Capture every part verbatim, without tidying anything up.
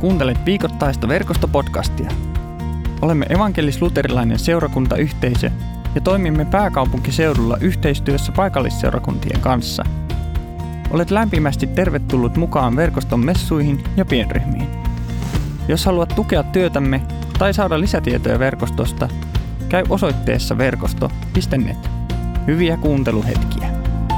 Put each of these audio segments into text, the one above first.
Kuuntelet viikoittaista verkostopodcastia. Olemme evankelis-luterilainen seurakuntayhteisö ja toimimme pääkaupunkiseudulla yhteistyössä paikallisseurakuntien kanssa. Olet lämpimästi tervetullut mukaan verkoston messuihin ja pienryhmiin. Jos haluat tukea työtämme tai saada lisätietoja verkostosta, käy osoitteessa verkosto piste net. Hyviä kuunteluhetkiä.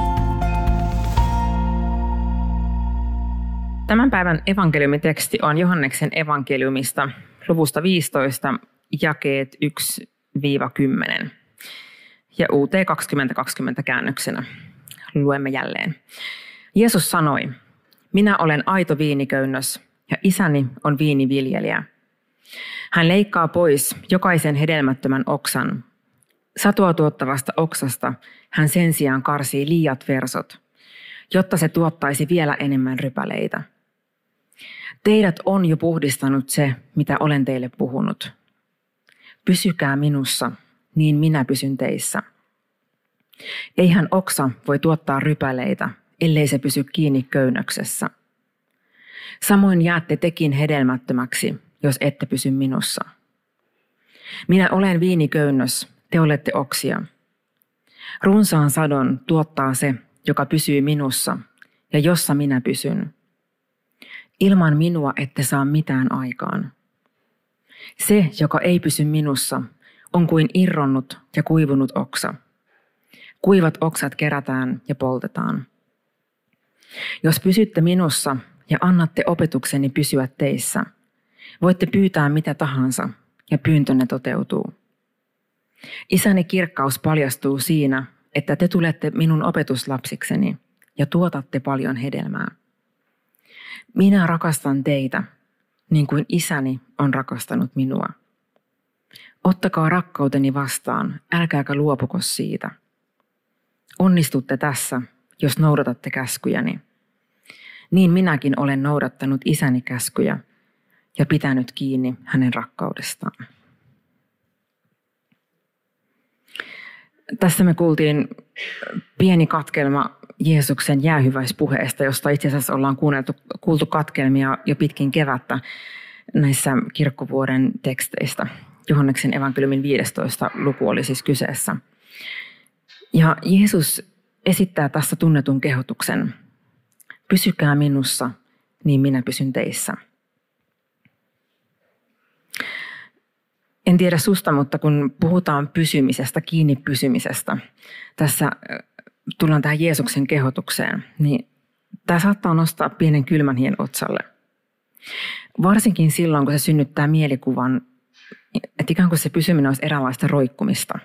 Tämän päivän evankeliumiteksti on Johanneksen evankeliumista luvusta viisitoista, jakeet yksi kymmenen ja U T kaksituhattakaksikymmentä käännöksenä. Luemme jälleen. Jeesus sanoi, minä olen aito viiniköynnös ja isäni on viiniviljelijä. Hän leikkaa pois jokaisen hedelmättömän oksan. Satoa tuottavasta oksasta hän sen sijaan karsii liiat versot, jotta se tuottaisi vielä enemmän rypäleitä. Teidät on jo puhdistanut se, mitä olen teille puhunut. Pysykää minussa, niin minä pysyn teissä. Eihän oksa voi tuottaa rypäleitä, ellei se pysy kiinni köynnöksessä. Samoin jäätte tekin hedelmättömäksi, jos ette pysy minussa. Minä olen viiniköynnös, te olette oksia. Runsaan sadon tuottaa se, joka pysyy minussa ja jossa minä pysyn. Ilman minua ette saa mitään aikaan. Se, joka ei pysy minussa, on kuin irronnut ja kuivunut oksa. Kuivat oksat kerätään ja poltetaan. Jos pysytte minussa ja annatte opetukseni pysyä teissä, voitte pyytää mitä tahansa ja pyyntönne toteutuu. Isäni kirkkaus paljastuu siinä, että te tulette minun opetuslapsikseni ja tuotatte paljon hedelmää. Minä rakastan teitä, niin kuin isäni on rakastanut minua. Ottakaa rakkauteni vastaan, älkääkä luopuko siitä. Onnistutte tässä, jos noudatatte käskyjäni. Niin minäkin olen noudattanut isäni käskyjä ja pitänyt kiinni hänen rakkaudestaan. Tässä me kuultiin pieni katkelma Jeesuksen jäähyväispuheesta, josta itse asiassa ollaan kuunneltu, kuultu katkelmia jo pitkin kevättä näissä kirkkovuoden teksteistä. Johanneksen evankeliumin viidestoista luku oli siis kyseessä. Ja Jeesus esittää tässä tunnetun kehotuksen. Pysykää minussa, niin minä pysyn teissä. En tiedä susta, mutta kun puhutaan pysymisestä, kiinni pysymisestä, tässä tullaan tähän Jeesuksen kehotukseen, niin tämä saattaa nostaa pienen kylmän hien otsalle. Varsinkin silloin, kun se synnyttää mielikuvan, että ikään kuin se pysyminen olisi eräänlaista roikkumista.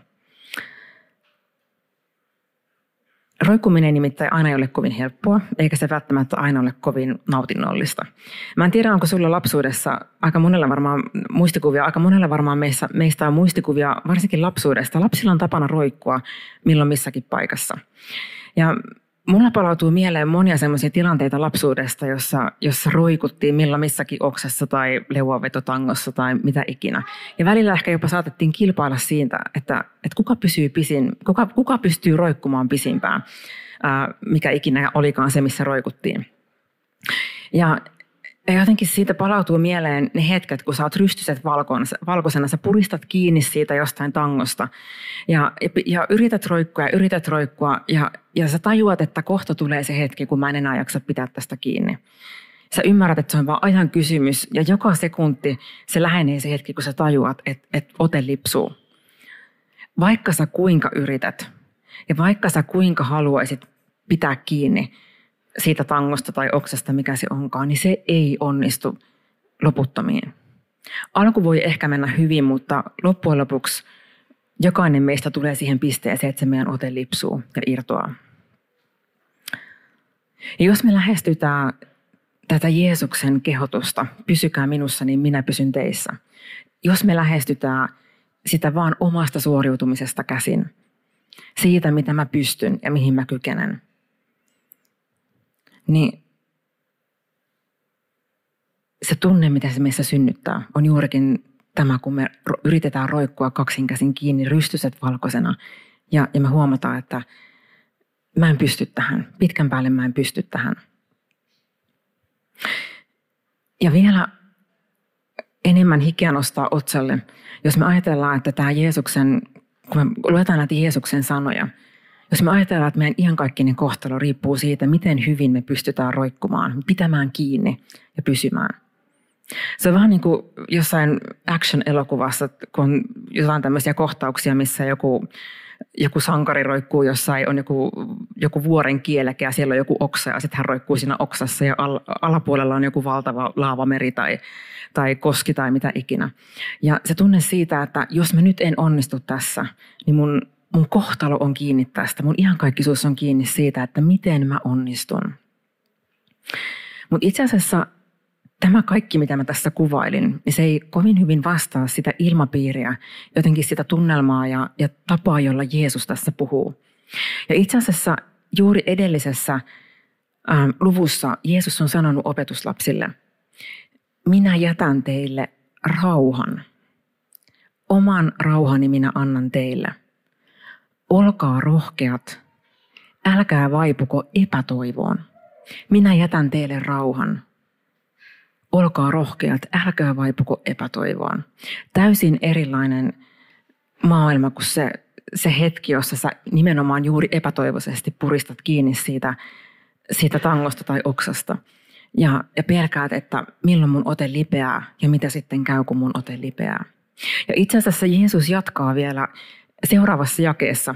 Roikkuminen nimittäin aina ei ole kovin helppoa, eikä se välttämättä aina ole kovin nautinnollista. Mä en tiedä, onko sulla lapsuudessa aika monella varmaan muistikuvia, aika monella varmaan meistä, meistä on muistikuvia, varsinkin lapsuudesta. Lapsilla on tapana roikkua milloin missäkin paikassa. Ja mulla palautuu mieleen monia sellaisia tilanteita lapsuudesta, jossa, jossa roikuttiin milloin missäkin oksassa tai leuanvetotangossa tai mitä ikinä. Ja välillä ehkä jopa saatettiin kilpailla siitä, että, että kuka pysyy pisin, kuka, kuka pystyy roikkumaan pisimpään, ää, mikä ikinä olikaan se, missä roikuttiin. Ja Ja jotenkin siitä palautuu mieleen ne hetket, kun sä oot rystyset valkoisena, sä puristat kiinni siitä jostain tangosta ja, ja yrität roikkua ja yrität roikkua ja, ja sä tajuat, että kohta tulee se hetki, kun mä en enää jaksa pitää tästä kiinni. Sä ymmärrät, että se on vaan ajan kysymys ja joka sekunti se lähenee se hetki, kun sä tajuat, että, että ote lipsuu. Vaikka sä kuinka yrität ja vaikka sä kuinka haluaisit pitää kiinni siitä tangosta tai oksasta, mikä se onkaan, niin se ei onnistu loputtomiin. Alku voi ehkä mennä hyvin, mutta loppujen lopuksi jokainen meistä tulee siihen pisteeseen, että se meidän ote lipsuu ja irtoaa. Ja jos me lähestytään tätä Jeesuksen kehotusta, pysykää minussa, niin minä pysyn teissä. Jos me lähestytään sitä vaan omasta suoriutumisesta käsin, siitä mitä mä pystyn ja mihin mä kykenen, niin se tunne, mitä se meissä synnyttää, on juurikin tämä, kun me yritetään roikkua kaksin käsin kiinni, rystyset valkoisena, ja, ja me huomataan, että mä en pysty tähän, pitkän päälle mä en pysty tähän. Ja vielä enemmän hikeä nostaa otsalle, jos me ajatellaan, että tämä Jeesuksen, kun me luetaan näitä Jeesuksen sanoja, jos me ajatellaan, että meidän iankaikkinen kohtalo riippuu siitä, miten hyvin me pystytään roikkumaan, pitämään kiinni ja pysymään. Se on vähän niin kuin jossain action-elokuvassa, kun on jotain tämmöisiä kohtauksia, missä joku, joku sankari roikkuu jossain, on joku, joku vuoren kielekä ja siellä on joku oksa ja sitten hän roikkuu siinä oksassa ja al, alapuolella on joku valtava laavameri tai, tai koski tai mitä ikinä. Ja se tunne siitä, että jos mä nyt en onnistu tässä, niin mun, mun kohtalo on kiinni tästä. Mun iankaikkisuus on kiinni siitä, että miten mä onnistun. Mutta itse asiassa tämä kaikki, mitä mä tässä kuvailin, niin se ei kovin hyvin vastaa sitä ilmapiiriä, jotenkin sitä tunnelmaa ja, ja tapaa, jolla Jeesus tässä puhuu. Ja itse asiassa juuri edellisessä ähm, luvussa Jeesus on sanonut opetuslapsille, minä jätän teille rauhan. Oman rauhani minä annan teille. Olkaa rohkeat, älkää vaipuko epätoivoon. Minä jätän teille rauhan. Olkaa rohkeat, älkää vaipuko epätoivoon. Täysin erilainen maailma kuin se, se hetki, jossa sä nimenomaan juuri epätoivoisesti puristat kiinni siitä, siitä tangosta tai oksasta. Ja, ja pelkäät, että milloin mun ote lipeää ja mitä sitten käy, kun mun ote lipeää. Ja itse asiassa Jeesus jatkaa vielä seuraavassa jakeessa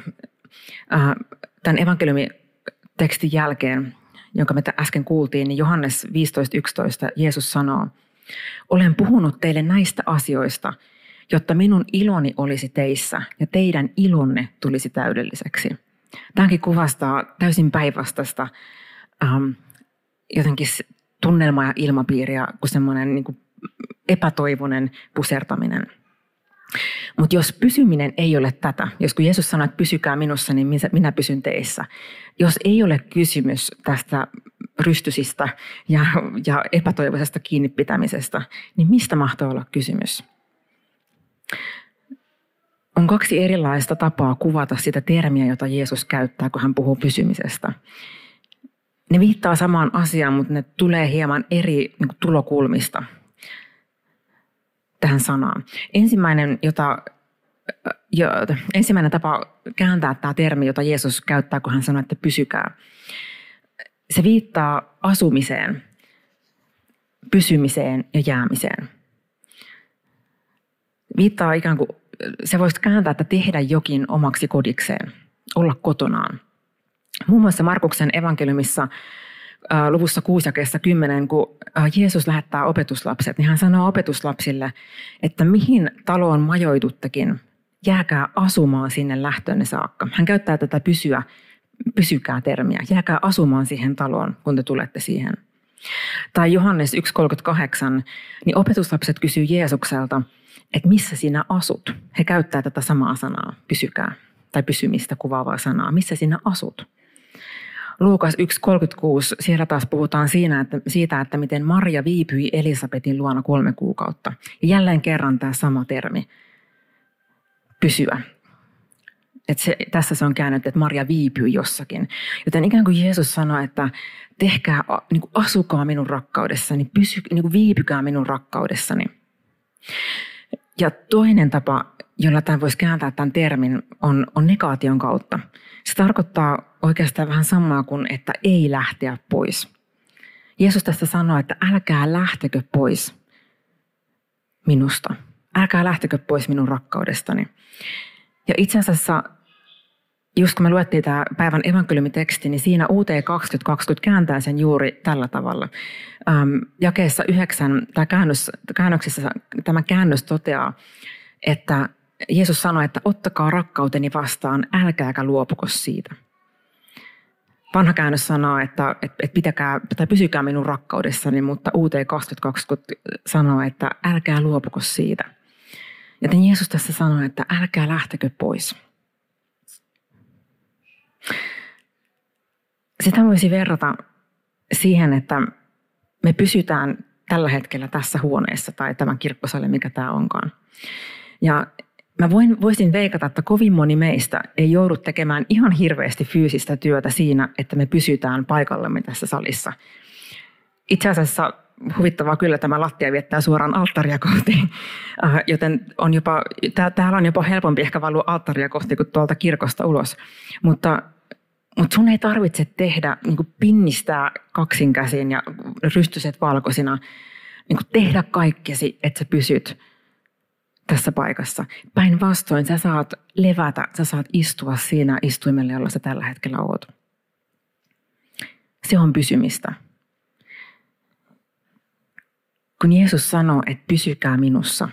tämän evankeliumitekstin jälkeen, jonka me äsken kuultiin, niin Johannes viisitoista yksitoista Jeesus sanoo, olen puhunut teille näistä asioista, jotta minun iloni olisi teissä ja teidän ilonne tulisi täydelliseksi. Tämäkin kuvastaa täysin päinvastaista ähm, jotenkin tunnelmaa ja ilmapiiriä kuin semmoinen niin kuin epätoivoinen pusertaminen. Mutta jos pysyminen ei ole tätä, jos kun Jeesus sanoo, että pysykää minussa, niin minä pysyn teissä. Jos ei ole kysymys tästä rystysistä ja, ja epätoivoisesta kiinnipitämisestä, niin mistä mahtaa olla kysymys? On kaksi erilaista tapaa kuvata sitä termiä, jota Jeesus käyttää, kun hän puhuu pysymisestä. Ne viittaa samaan asiaan, mutta ne tulee hieman eri niin kuin tulokulmista tähän sanaan. Ensimmäinen, jota, jo, ensimmäinen tapa kääntää tämä termi, jota Jeesus käyttää, kun hän sanoo, että pysykää. Se viittaa asumiseen, pysymiseen ja jäämiseen. Viittaa ikään kuin, se voisi kääntää, että tehdä jokin omaksi kodikseen, olla kotonaan. Muun muassa Markuksen evankeliumissa luvussa kuusi jakeessa kymmenen, kun Jeesus lähettää opetuslapset, niin hän sanoo opetuslapsille, että mihin taloon majoituttekin, jääkää asumaan sinne lähtönne saakka. Hän käyttää tätä pysyä, pysykää termiä, jääkää asumaan siihen taloon, kun te tulette siihen. Tai Johannes yksi kolmekymmentäkahdeksan, niin opetuslapset kysyy Jeesukselta, että missä sinä asut? He käyttää tätä samaa sanaa, pysykää, tai pysymistä kuvaavaa sanaa, missä sinä asut? Luukas yksi kolmekymmentäkuusi, siellä taas puhutaan siinä, että, siitä, että miten Maria viipyi Elisabetin luona kolme kuukautta. Ja jälleen kerran tämä sama termi, pysyä. Et se, tässä se on käännetty, että Maria viipyi jossakin. Joten ikään kuin Jeesus sanoi, että tehkää, niin kuin asukaa minun rakkaudessani, pysy, niin kuin viipykää minun rakkaudessani. Ja toinen tapa, jolla tämän voisi kääntää tämän termin, on, on negaation kautta. Se tarkoittaa oikeastaan vähän samaa kuin, että ei lähteä pois. Jeesus tässä sanoo, että älkää lähtekö pois minusta. Älkää lähtekö pois minun rakkaudestani. Ja itse asiassa, just kun me luettiin tämä päivän evankeliumiteksti, niin siinä U T kaksituhattakaksikymmentä kääntää sen juuri tällä tavalla. Ähm, jakeessa yhdeksän, tämä käännös, käännöksessä tämä käännös toteaa, että Jeesus sanoi, että ottakaa rakkauteni vastaan, älkääkä luopuko siitä. Vanha käännös sanoo, että, että pitäkää, tai pysykää minun rakkaudessani, mutta U T kaksituhattakaksikymmentä sanoo, että älkää luopuko siitä. Joten Jeesus tässä sanoi, että älkää lähtekö pois. Sitä voisi verrata siihen, että me pysytään tällä hetkellä tässä huoneessa tai tämän kirkkosalin, mikä tämä onkaan. Ja mä voin, voisin veikata, että kovin moni meistä ei joudu tekemään ihan hirveästi fyysistä työtä siinä, että me pysytään paikallamme tässä salissa. Itse asiassa huvittavaa kyllä tämä lattia viettää suoraan alttaria kohti, joten on jopa, täällä on jopa helpompi ehkä valua alttaria kohti kuin tuolta kirkosta ulos. Mutta, mutta sun ei tarvitse tehdä, niin kuin pinnistää kaksin käsin ja rystyset valkoisina, niin kuin tehdä kaikkesi, että sä pysyt tässä paikassa. Päinvastoin sä saat levätä, sä saat istua siinä istuimelle, jolla sä tällä hetkellä oot. Se on pysymistä. Kun Jeesus sanoo, että pysykää minussa,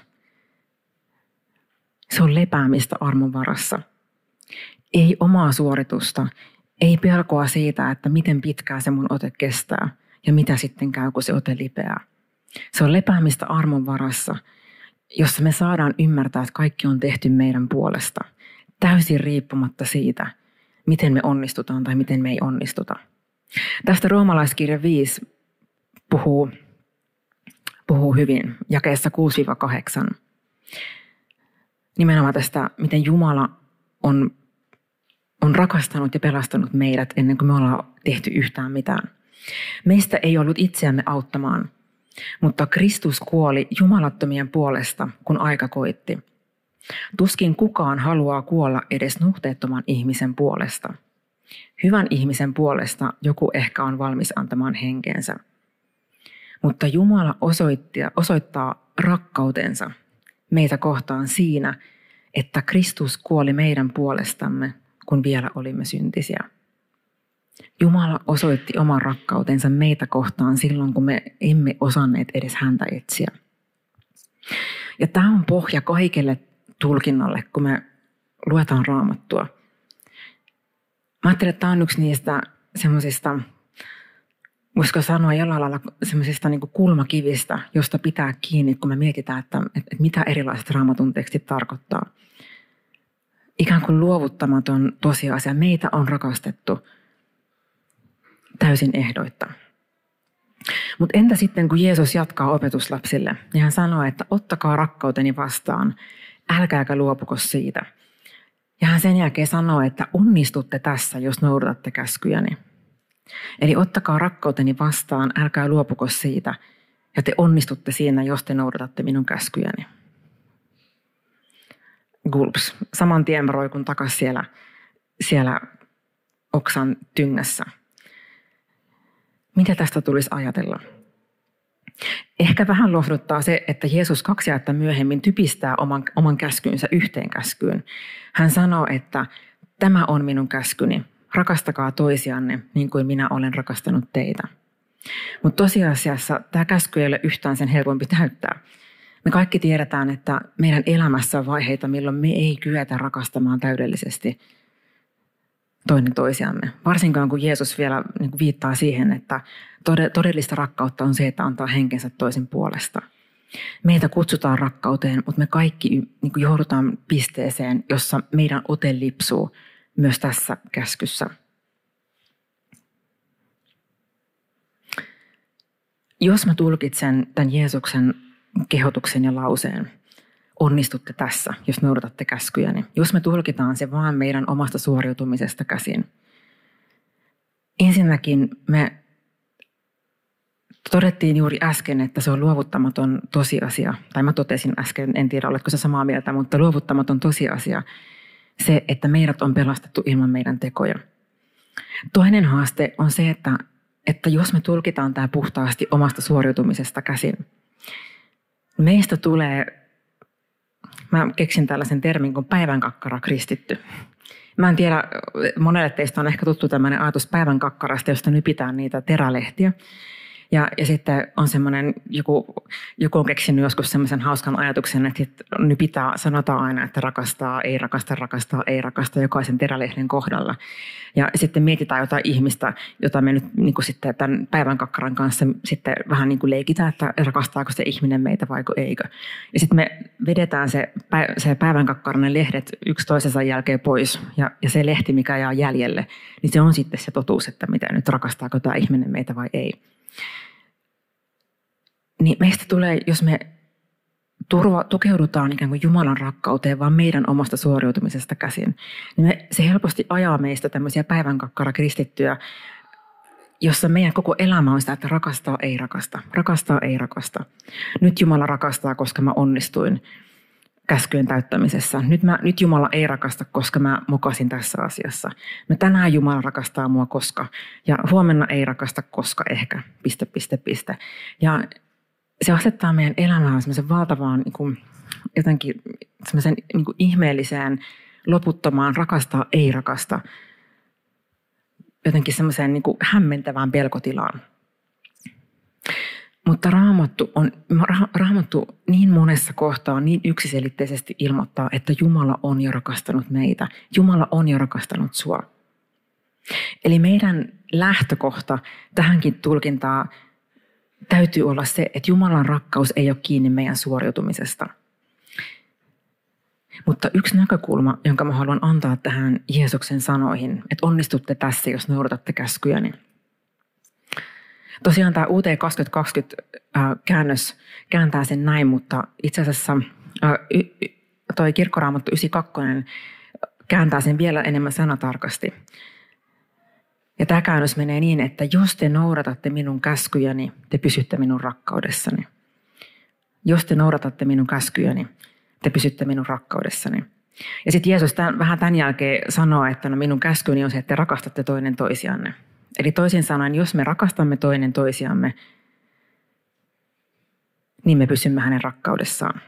se on lepäämistä armon varassa. Ei omaa suoritusta, ei pelkoa siitä, että miten pitkään se mun ote kestää ja mitä sitten käy, kun se ote lipeää. Se on lepäämistä armon varassa, jossa me saadaan ymmärtää, että kaikki on tehty meidän puolesta, täysin riippumatta siitä, miten me onnistutaan tai miten me ei onnistuta. Tästä roomalaiskirja viisi puhuu, puhuu hyvin, jakeessa kuusi kahdeksan. Nimenomaan tästä, miten Jumala on, on rakastanut ja pelastanut meidät ennen kuin me ollaan tehty yhtään mitään. Meistä ei ollut itseämme auttamaan, mutta Kristus kuoli jumalattomien puolesta, kun aika koitti. Tuskin kukaan haluaa kuolla edes nuhteettoman ihmisen puolesta. Hyvän ihmisen puolesta joku ehkä on valmis antamaan henkensä. Mutta Jumala osoittaa rakkautensa meitä kohtaan siinä, että Kristus kuoli meidän puolestamme, kun vielä olimme syntisiä. Jumala osoitti oman rakkautensa meitä kohtaan silloin, kun me emme osanneet edes häntä etsiä. Ja tämä on pohja kaikelle tulkinnalle, kun me luetaan Raamattua. Mä ajattelen, että tämä on yksi niistä semmoisista, voisiko sanoa jollain lailla semmoisista niin kuin kulmakivistä, josta pitää kiinni, kun me mietitään, että, että mitä erilaiset Raamatun tekstit tarkoittaa. Ikään kuin luovuttamaton tosiasia. Meitä on rakastettu täysin ehdoitta. Mutta entä sitten, kun Jeesus jatkaa opetuslapsille, ja hän sanoo, että ottakaa rakkauteni vastaan, älkääkä luopuko siitä. Ja hän sen jälkeen sanoo, että onnistutte tässä, jos noudatatte käskyjäni. Eli ottakaa rakkauteni vastaan, älkää luopuko siitä, ja te onnistutte siinä, jos te noudatatte minun käskyjäni. Gulps. Saman tien mä roikun takaisin siellä, siellä oksan tyngässä. Mitä tästä tulisi ajatella? Ehkä vähän lohduttaa se, että Jeesus kaksi jaetta myöhemmin typistää oman, oman käskynsä yhteen käskyyn. Hän sanoo, että tämä on minun käskyni. Rakastakaa toisianne niin kuin minä olen rakastanut teitä. Mutta tosiasiassa tämä käsky ei ole yhtään sen helpompi täyttää. Me kaikki tiedetään, että meidän elämässä on vaiheita, milloin me ei kyetä rakastamaan täydellisesti toinen toisiamme. Varsinkaan kun Jeesus vielä niin kuin viittaa siihen, että todellista rakkautta on se, että antaa henkensä toisen puolesta. Meitä kutsutaan rakkauteen, mutta me kaikki niin kuin joudutaan pisteeseen, jossa meidän ote lipsuu myös tässä käskyssä. Jos mä tulkitsen tämän Jeesuksen kehotuksen ja lauseen, onnistutte tässä, jos noudatatte käskyjäni. Jos me tulkitaan se vaan meidän omasta suoriutumisesta käsin. Ensinnäkin me todettiin juuri äsken, että se on luovuttamaton tosiasia. Tai mä totesin äsken, en tiedä oletko sä samaa mieltä, mutta luovuttamaton tosiasia. Se, että meidät on pelastettu ilman meidän tekoja. Toinen haaste on se, että, että jos me tulkitaan tämä puhtaasti omasta suoriutumisesta käsin, meistä tulee, mä keksin tällaisen termin kuin päivänkakkara kristitty. Mä en tiedä, monelle teistä on ehkä tuttu tämmöinen ajatus päivänkakkarasta, josta nypitään niitä terälehtiä. Ja, ja sitten on semmoinen, joku, joku on keksinyt joskus semmoisen hauskan ajatuksen, että nypitään, sanotaan aina, että rakastaa, ei rakasta, rakastaa, ei rakasta jokaisen terälehden kohdalla. Ja sitten mietitään jotain ihmistä, jota me nyt niin kuin sitten tämän päivänkakkaran kanssa sitten vähän niin kuin leikitään, että rakastaako se ihminen meitä vai eikö. Ja sitten me vedetään se, se päivänkakkaran lehdet yksi toisensa jälkeen pois ja, ja se lehti, mikä jää jäljelle, niin se on sitten se totuus, että mitä nyt rakastaako tämä ihminen meitä vai ei. Niin meistä tulee, jos me turva, tukeudutaan ikään kuin Jumalan rakkauteen vaan meidän omasta suoriutumisesta käsin, niin me, se helposti ajaa meistä tämmöisiä päivänkakkara kristittyjä jossa meidän koko elämä on sitä, että rakastaa, ei rakasta. Rakastaa, ei rakasta. Nyt Jumala rakastaa, koska mä onnistuin käskyjen täyttämisessä. Nyt, mä, nyt Jumala ei rakasta, koska mä mokasin tässä asiassa. No tänään Jumala rakastaa mua, koska. Ja huomenna ei rakasta, koska ehkä. Piste, piste, piste. Ja se asettaa meidän elämään semmoisen valtavaan niin kuin, jotenkin semmoisen niin kuin ihmeelliseen, loputtomaan rakastaa, ei rakasta. Jotenkin semmoiseen niin kuin hämmentävään pelkotilaan. Mutta Raamattu, on, Raamattu niin monessa kohtaa niin yksiselitteisesti ilmoittaa, että Jumala on jo rakastanut meitä. Jumala on jo rakastanut sua. Eli meidän lähtökohta tähänkin tulkintaan täytyy olla se, että Jumalan rakkaus ei ole kiinni meidän suoriutumisesta. Mutta yksi näkökulma, jonka mä haluan antaa tähän Jeesuksen sanoihin, että onnistutte tässä, jos noudatatte käskyjäni. Tosiaan tämä U T kaksituhattakaksikymmentä käännös kääntää sen näin, mutta itse asiassa toi Kirkkoraamattu yhdeksänkymmentäkaksi kääntää sen vielä enemmän sanatarkasti. Ja tämä käännös menee niin, että jos te noudatatte minun käskyjäni, te pysytte minun rakkaudessani. Jos te noudatatte minun käskyjäni, te pysytte minun rakkaudessani. Ja sitten Jeesus tämän, vähän tämän jälkeen sanoo, että no minun käskyni on se, että te rakastatte toinen toisianne. Eli toisin sanoen, jos me rakastamme toinen toisiamme, niin me pysymme hänen rakkaudessaan.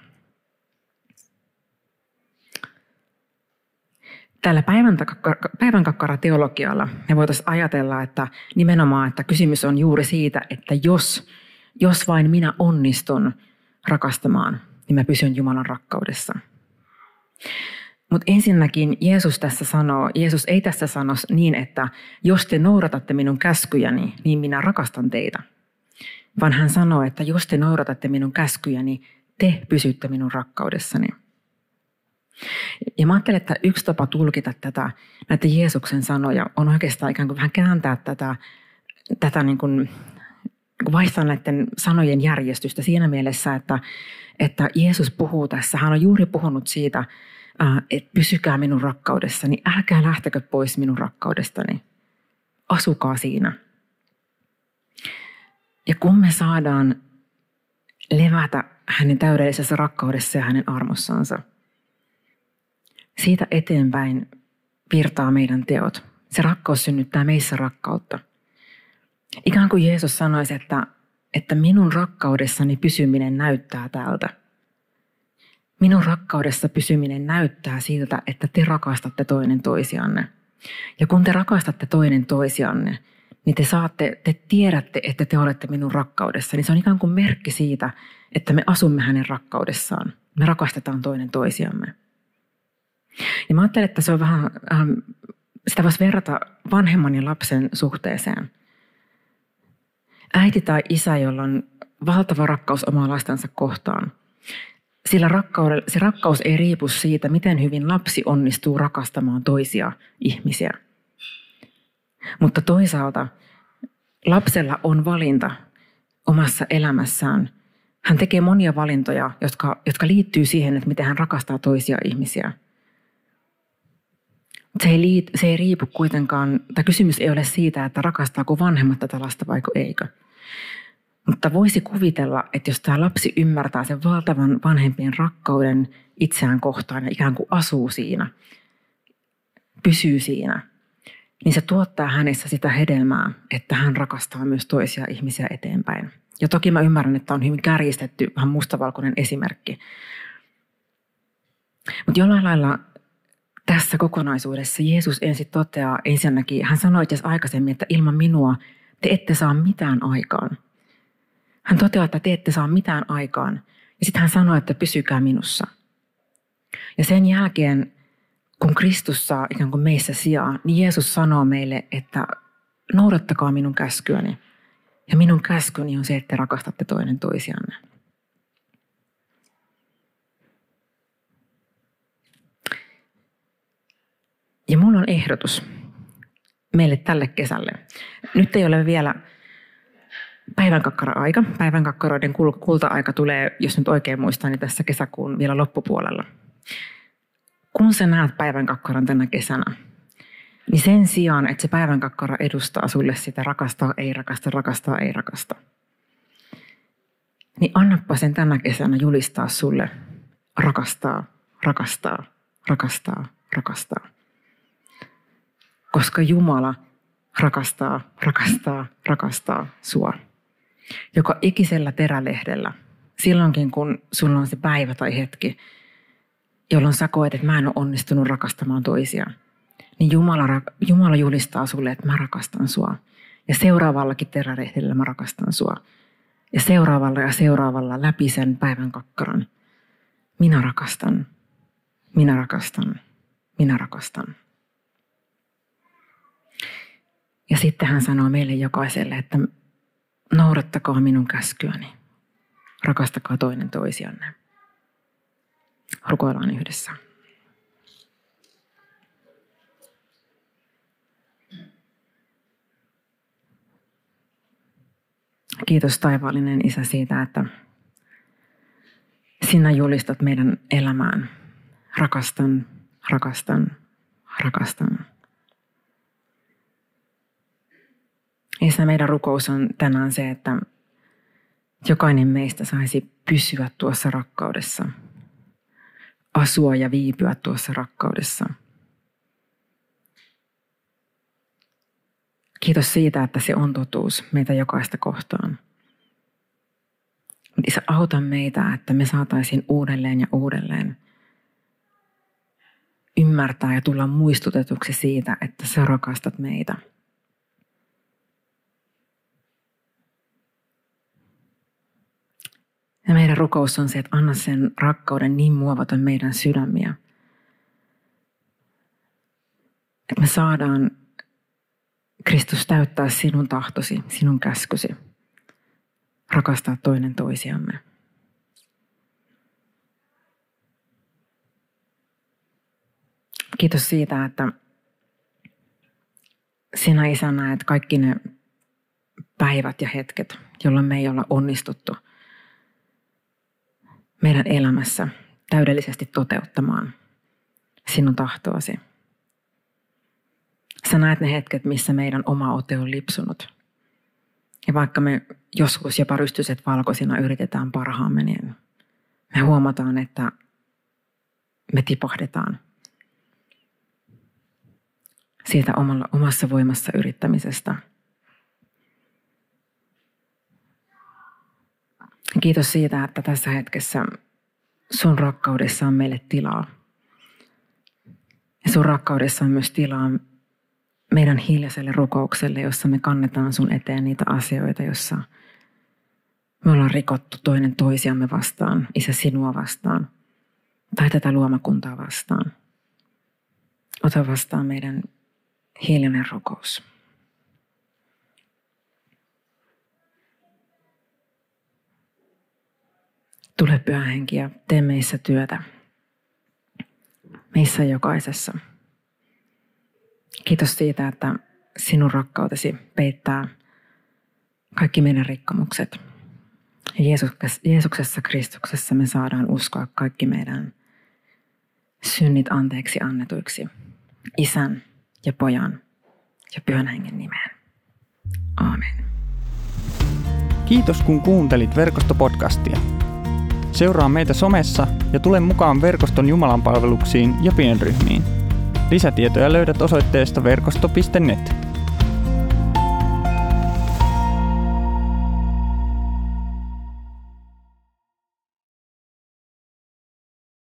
Tällä päivänkakkara-teologialla me voitaisiin ajatella, että nimenomaan, että kysymys on juuri siitä, että jos, jos vain minä onnistun rakastamaan, niin mä pysyn Jumalan rakkaudessa. Mutta ensinnäkin Jeesus tässä sanoo, Jeesus ei tässä sano niin, että jos te noudatatte minun käskyjäni, niin minä rakastan teitä. Vaan hän sanoo, että jos te noudatatte minun käskyjäni, te pysytte minun rakkaudessani. Ja mä ajattelen, että yksi tapa tulkita tätä, näitä Jeesuksen sanoja on oikeastaan ikään kuin vähän kääntää tätä, tätä niin kuin vaihtaa näiden sanojen järjestystä siinä mielessä, että, että Jeesus puhuu tässä, hän on juuri puhunut siitä, että pysykää minun rakkaudessani, älkää lähtekö pois minun rakkaudestani, asukaa siinä. Ja kun me saadaan levätä hänen täydellisessä rakkaudessa ja hänen armossansa, siitä eteenpäin virtaa meidän teot. Se rakkaus synnyttää meissä rakkautta. Ikään kuin Jeesus sanoisi, että, että minun rakkaudessani pysyminen näyttää tältä. Minun rakkaudessa pysyminen näyttää siltä, että te rakastatte toinen toisianne. Ja kun te rakastatte toinen toisianne, niin te saatte, te tiedätte, että te olette minun rakkaudessa. Niin se on ikään kuin merkki siitä, että me asumme hänen rakkaudessaan. Me rakastetaan toinen toisiamme. Ja mä ajattelen, että se on vähän, ähm, sitä voisi verrata vanhemman ja lapsen suhteeseen. Äiti tai isä, jolla on valtava rakkaus omaa lastensa kohtaan. Sillä se rakkaus ei riipu siitä, miten hyvin lapsi onnistuu rakastamaan toisia ihmisiä. Mutta toisaalta lapsella on valinta omassa elämässään. Hän tekee monia valintoja, jotka, jotka liittyy siihen, että miten hän rakastaa toisia ihmisiä. Se ei, liit, se ei riipu kuitenkaan, tai kysymys ei ole siitä, että rakastaako vanhemmat tätä lasta vaiko eikö. Mutta voisi kuvitella, että jos tämä lapsi ymmärtää sen valtavan vanhempien rakkauden itseään kohtaan ja ikään kuin asuu siinä, pysyy siinä, niin se tuottaa hänessä sitä hedelmää, että hän rakastaa myös toisia ihmisiä eteenpäin. Ja toki mä ymmärrän, että on hyvin kärjistetty, vähän mustavalkoinen esimerkki. Mutta jollain lailla tässä kokonaisuudessa Jeesus ensin toteaa ensinnäkin, hän sanoi itse aikaisemmin, että ilman minua te ette saa mitään aikaan. Hän toteaa, että te ette saa mitään aikaan. Ja sitten hän sanoi, että pysykää minussa. Ja sen jälkeen, kun Kristus saa ikään kuin meissä sijaa, niin Jeesus sanoo meille, että noudattakaa minun käskyäni. Ja minun käskyni on se, että te rakastatte toinen toisianne. Ja mulla on ehdotus meille tälle kesälle. Nyt ei ole vielä päivänkakkara-aika. Päivänkakkaroiden kulta-aika tulee, jos nyt oikein muistan, niin tässä kesäkuun vielä loppupuolella. Kun sä näet päivänkakkaran tänä kesänä, Niin sen sijaan, että se päivän kakkara edustaa sulle sitä rakastaa, ei rakasta, rakastaa, ei rakasta. Niin annappa sen tänä kesänä julistaa sulle rakastaa, rakastaa, rakastaa, rakastaa. Koska Jumala rakastaa, rakastaa, rakastaa sua. Joka ikisellä terälehdellä, silloinkin kun sulla on se päivä tai hetki, jolloin sä koet, että mä en ole onnistunut rakastamaan toisia, niin Jumala, Jumala julistaa sulle, että mä rakastan sua. Ja seuraavallakin terälehdellä mä rakastan sua. Ja seuraavalla ja seuraavalla läpi sen päivän kakkaran. Minä rakastan, minä rakastan, minä rakastan. Ja sitten hän sanoo meille jokaiselle, että noudattakaa minun käskyäni. Rakastakaa toinen toisianne. Rukoillaan yhdessä. Kiitos taivaallinen Isä siitä, että sinä julistat meidän elämään. Rakastan, rakastan, rakastan. Isä, meidän rukous on tänään se, että jokainen meistä saisi pysyä tuossa rakkaudessa. Asua ja viipyä tuossa rakkaudessa. Kiitos siitä, että se on totuus meitä jokaista kohtaan. Isä, auta meitä, että me saataisiin uudelleen ja uudelleen ymmärtää ja tulla muistutetuksi siitä, että sä rakastat meitä. Ja meidän rukous on se, että anna sen rakkauden niin muovata meidän sydämiä, että me saadaan Kristus täyttää sinun tahtosi, sinun käskysi, rakastaa toinen toisiamme. Kiitos siitä, että sinä Isä näet kaikki ne päivät ja hetket, jolloin me ei olla onnistuttu meidän elämässä täydellisesti toteuttamaan sinun tahtoasi. Sä näet ne hetket, missä meidän oma ote on lipsunut. Ja vaikka me joskus jopa rystyset valkoisina yritetään parhaamme, niin me huomataan, että me tipahdetaan siitä omalla, omassa voimassa yrittämisestä. Kiitos siitä, että tässä hetkessä sun rakkaudessa on meille tilaa. Ja sun rakkaudessa on myös tilaa meidän hiljaiselle rukoukselle, jossa me kannetaan sun eteen niitä asioita, jossa me ollaan rikottu toinen toisiamme vastaan, Isä sinua vastaan tai tätä luomakuntaa vastaan. Ota vastaan meidän hiljainen rukous. Tule Pyhä Henki ja tee meissä työtä, meissä jokaisessa. Kiitos siitä, että sinun rakkautesi peittää kaikki meidän rikkomukset. Ja Jeesuksessa Kristuksessa me saadaan uskoa kaikki meidän synnit anteeksi annetuiksi Isän ja Pojan ja Pyhän Hengen nimeen. Aamen. Kiitos kun kuuntelit Verkosto-podcastia. Seuraa meitä somessa ja tule mukaan verkoston jumalanpalveluksiin ja pienryhmiin. Lisätietoja löydät osoitteesta verkosto piste net.